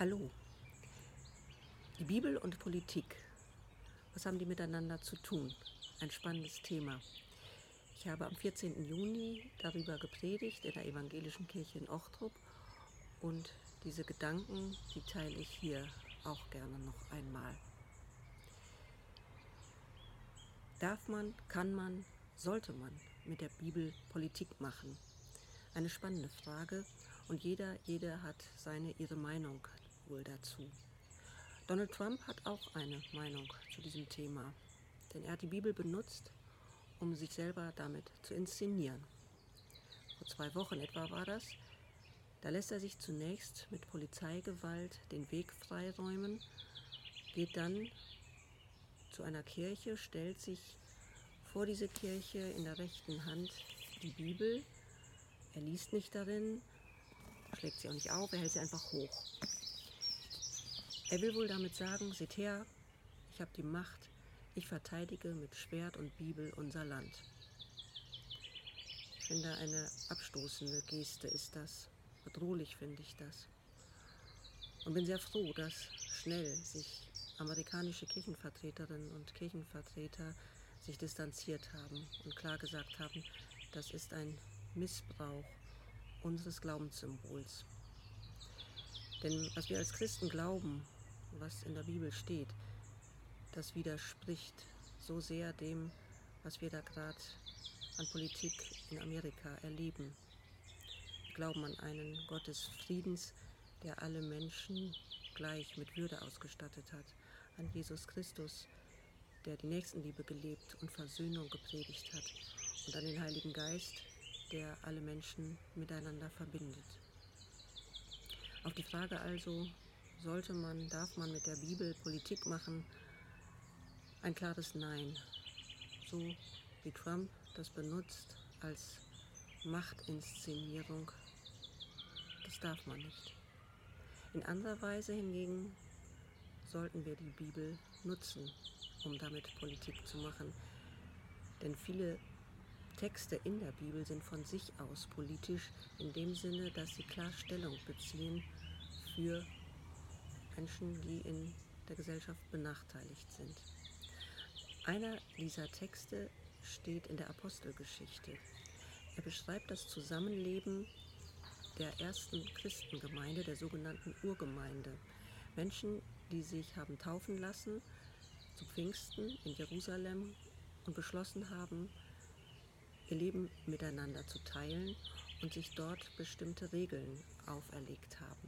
Hallo. Die Bibel und Politik. Was haben die miteinander zu tun? Ein spannendes Thema. Ich habe am 14. Juni darüber gepredigt in der Evangelischen Kirche in Ochtrup und diese Gedanken, die teile ich hier auch gerne noch einmal. Darf man, kann man, sollte man mit der Bibel Politik machen? Eine spannende Frage und jede hat ihre Meinung wohl dazu. Donald Trump hat auch eine Meinung zu diesem Thema, denn er hat die Bibel benutzt, um sich selber damit zu inszenieren. Vor 2 Wochen etwa war das. Da lässt er sich zunächst mit Polizeigewalt den Weg freiräumen, geht dann zu einer Kirche, stellt sich vor diese Kirche, in der rechten Hand die Bibel. Er liest nicht darin, schlägt sie auch nicht auf, er hält sie einfach hoch. Er will wohl damit sagen, seht her, ich habe die Macht, ich verteidige mit Schwert und Bibel unser Land. Ich finde, eine abstoßende Geste ist das. Bedrohlich finde ich das. Und bin sehr froh, dass schnell sich amerikanische Kirchenvertreterinnen und Kirchenvertreter sich distanziert haben und klar gesagt haben, das ist ein Missbrauch unseres Glaubenssymbols. Denn was wir als Christen glauben, was in der Bibel steht, das widerspricht so sehr dem, was wir da gerade an Politik in Amerika erleben. Wir glauben an einen Gott des Friedens, der alle Menschen gleich mit Würde ausgestattet hat, an Jesus Christus, der die Nächstenliebe gelebt und Versöhnung gepredigt hat, und an den Heiligen Geist, der alle Menschen miteinander verbindet. Auf die Frage also, darf man mit der Bibel Politik machen? Ein klares Nein. So wie Trump das benutzt als Machtinszenierung, das darf man nicht. In anderer Weise hingegen sollten wir die Bibel nutzen, um damit Politik zu machen. Denn viele Texte in der Bibel sind von sich aus politisch, in dem Sinne, dass sie klar Stellung beziehen für Menschen, die in der Gesellschaft benachteiligt sind. Einer dieser Texte steht in der Apostelgeschichte. Er beschreibt das Zusammenleben der ersten Christengemeinde, der sogenannten Urgemeinde. Menschen, die sich haben taufen lassen zu Pfingsten in Jerusalem und beschlossen haben, ihr Leben miteinander zu teilen und sich dort bestimmte Regeln auferlegt haben.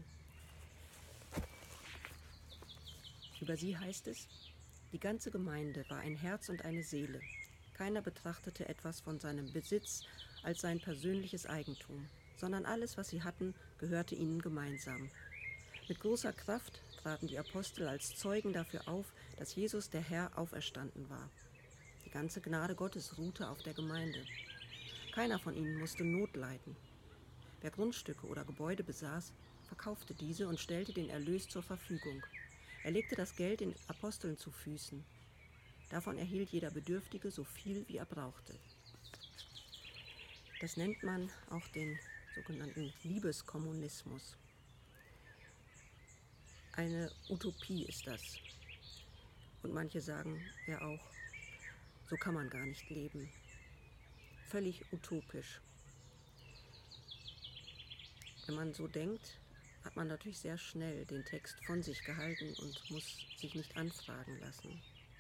Über sie heißt es: Die ganze Gemeinde war ein Herz und eine Seele. Keiner betrachtete etwas von seinem Besitz als sein persönliches Eigentum, sondern alles, was sie hatten, gehörte ihnen gemeinsam. Mit großer Kraft traten die Apostel als Zeugen dafür auf, dass Jesus der Herr auferstanden war. Die ganze Gnade Gottes ruhte auf der Gemeinde. Keiner von ihnen musste Not leiden. Wer Grundstücke oder Gebäude besaß, verkaufte diese und stellte den Erlös zur Verfügung. Er legte das Geld den Aposteln zu Füßen. Davon erhielt jeder Bedürftige so viel, wie er brauchte. Das nennt man auch den sogenannten Liebeskommunismus. Eine Utopie ist das. Und manche sagen ja auch, so kann man gar nicht leben. Völlig utopisch. Wenn man so denkt, hat man natürlich sehr schnell den Text von sich gehalten und muss sich nicht anfragen lassen.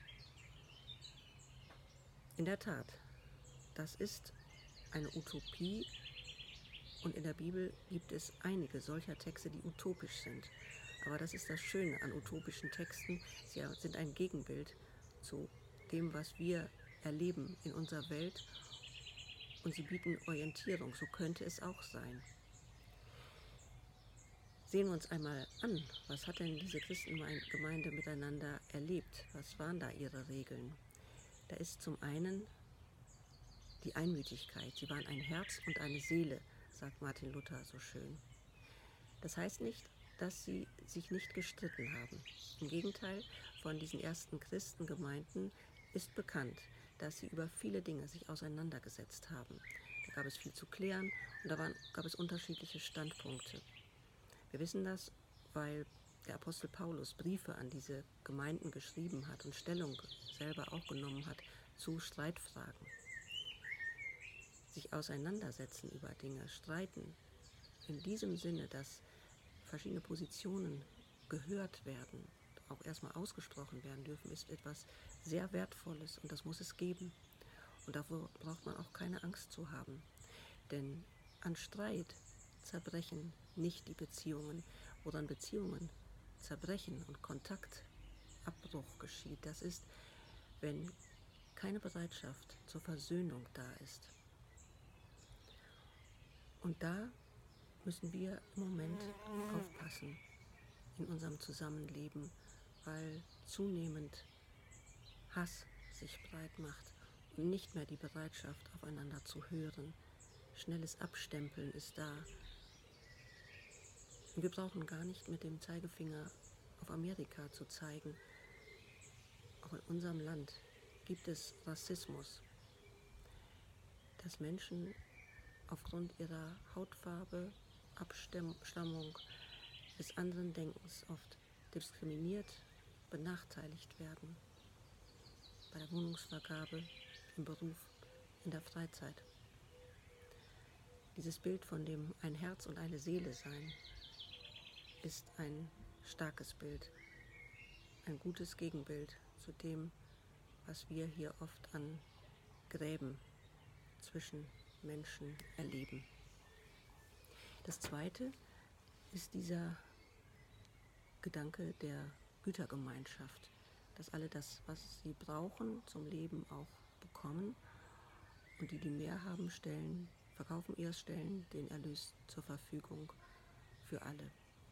In der Tat, das ist eine Utopie und in der Bibel gibt es einige solcher Texte, die utopisch sind. Aber das ist das Schöne an utopischen Texten, sie sind ein Gegenbild zu dem, was wir erleben in unserer Welt und sie bieten Orientierung, so könnte es auch sein. Sehen wir uns einmal an, was hat denn diese Christengemeinde miteinander erlebt? Was waren da ihre Regeln? Da ist zum einen die Einmütigkeit. Sie waren ein Herz und eine Seele, sagt Martin Luther so schön. Das heißt nicht, dass sie sich nicht gestritten haben. Im Gegenteil, von diesen ersten Christengemeinden ist bekannt, dass sie über viele Dinge sich auseinandergesetzt haben. Da gab es viel zu klären und gab es unterschiedliche Standpunkte. Wir wissen das, weil der Apostel Paulus Briefe an diese Gemeinden geschrieben hat und Stellung selber auch genommen hat zu Streitfragen. Sich auseinandersetzen über Dinge, streiten, in diesem Sinne, dass verschiedene Positionen gehört werden, auch erstmal ausgesprochen werden dürfen, ist etwas sehr Wertvolles und das muss es geben. Und davor braucht man auch keine Angst zu haben. Denn an Streit zerbrechen nicht die Beziehungen, woran Beziehungen zerbrechen und Kontaktabbruch geschieht. Das ist, wenn keine Bereitschaft zur Versöhnung da ist. Und da müssen wir im Moment aufpassen in unserem Zusammenleben, weil zunehmend Hass sich breit macht und nicht mehr die Bereitschaft, aufeinander zu hören. Schnelles Abstempeln ist da. Und wir brauchen gar nicht mit dem Zeigefinger auf Amerika zu zeigen. Auch in unserem Land gibt es Rassismus, dass Menschen aufgrund ihrer Hautfarbe, Abstammung, des anderen Denkens oft diskriminiert, benachteiligt werden. Bei der Wohnungsvergabe, im Beruf, in der Freizeit. Dieses Bild von dem ein Herz und eine Seele sein ist ein starkes Bild, ein gutes Gegenbild zu dem, was wir hier oft an Gräben zwischen Menschen erleben. Das Zweite ist dieser Gedanke der Gütergemeinschaft, dass alle das, was sie brauchen zum Leben, auch bekommen und die mehr haben, verkaufen ihres, stellen den Erlös zur Verfügung für alle.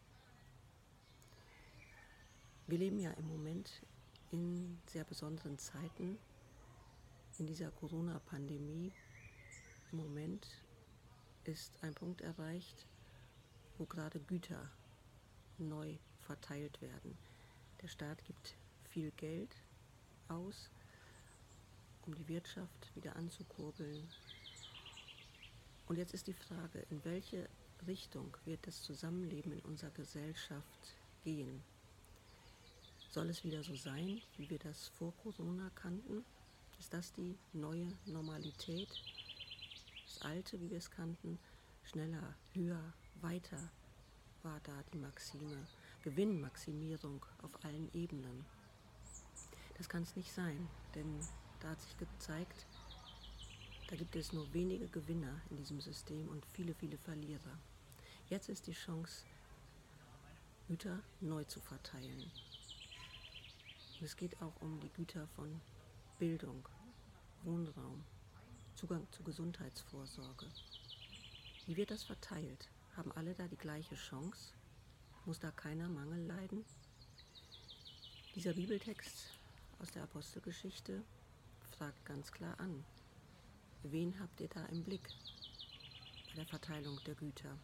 Wir leben ja im Moment in sehr besonderen Zeiten, in dieser Corona-Pandemie. Im Moment ist ein Punkt erreicht, wo gerade Güter neu verteilt werden. Der Staat gibt viel Geld aus, um die Wirtschaft wieder anzukurbeln. Und jetzt ist die Frage, in welche Richtung wird das Zusammenleben in unserer Gesellschaft gehen? Soll es wieder so sein, wie wir das vor Corona kannten? Ist das die neue Normalität? Das Alte, wie wir es kannten? Schneller, höher, weiter war da die Maxime. Gewinnmaximierung auf allen Ebenen. Das kann es nicht sein, denn da hat sich gezeigt, da gibt es nur wenige Gewinner in diesem System und viele, viele Verlierer. Jetzt ist die Chance, Güter neu zu verteilen. Und es geht auch um die Güter von Bildung, Wohnraum, Zugang zu Gesundheitsvorsorge. Wie wird das verteilt? Haben alle da die gleiche Chance? Muss da keiner Mangel leiden? Dieser Bibeltext aus der Apostelgeschichte fragt ganz klar an: Wen habt ihr da im Blick bei der Verteilung der Güter?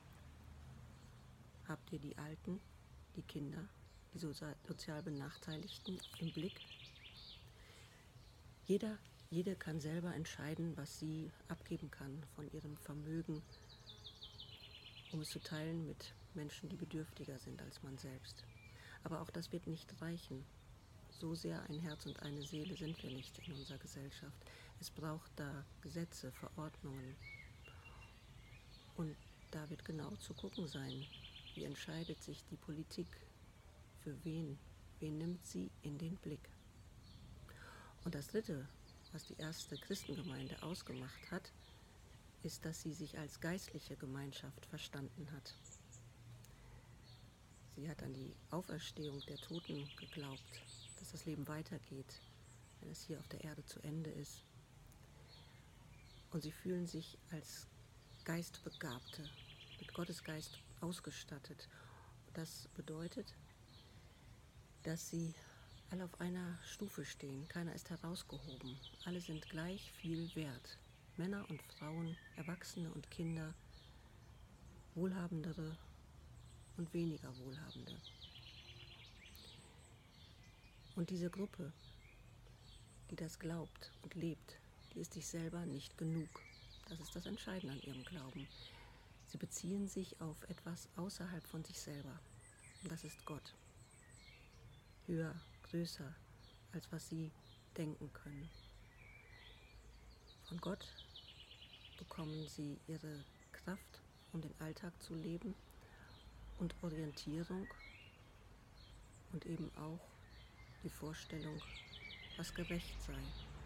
Habt ihr die Alten, die Kinder, die sozial Benachteiligten im Blick? Jede kann selber entscheiden, was sie abgeben kann von ihrem Vermögen, um es zu teilen mit Menschen, die bedürftiger sind als man selbst. Aber auch das wird nicht reichen. So sehr ein Herz und eine Seele sind wir nicht in unserer Gesellschaft. Es braucht da Gesetze, Verordnungen. Und da wird genau zu gucken sein, wie entscheidet sich die Politik, für wen nimmt sie in den Blick. Und das Dritte, was die erste Christengemeinde ausgemacht hat, ist, dass sie sich als geistliche Gemeinschaft verstanden hat. Sie hat an die Auferstehung der Toten geglaubt, dass das Leben weitergeht, wenn es hier auf der Erde zu Ende ist. Und sie fühlen sich als Geistbegabte, mit Gottes Geist ausgestattet. Das bedeutet, dass sie alle auf einer Stufe stehen. Keiner ist herausgehoben. Alle sind gleich viel wert. Männer und Frauen, Erwachsene und Kinder, Wohlhabendere und weniger Wohlhabende. Und diese Gruppe, die das glaubt und lebt, die ist sich selber nicht genug. Das ist das Entscheidende an ihrem Glauben. Sie beziehen sich auf etwas außerhalb von sich selber. Und das ist Gott. Höher, größer, als was sie denken können. Von Gott bekommen sie ihre Kraft, um den Alltag zu leben und Orientierung und eben auch die Vorstellung, was gerecht sei.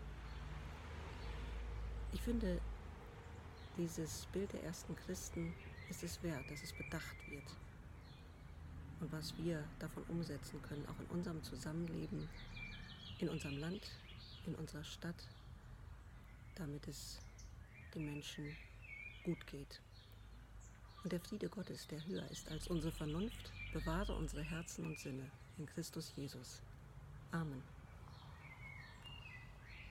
Ich finde, dieses Bild der ersten Christen ist es wert, dass es bedacht wird. Und was wir davon umsetzen können, auch in unserem Zusammenleben, in unserem Land, in unserer Stadt, damit es den Menschen gut geht. Und der Friede Gottes, der höher ist als unsere Vernunft, bewahre unsere Herzen und Sinne in Christus Jesus. Amen.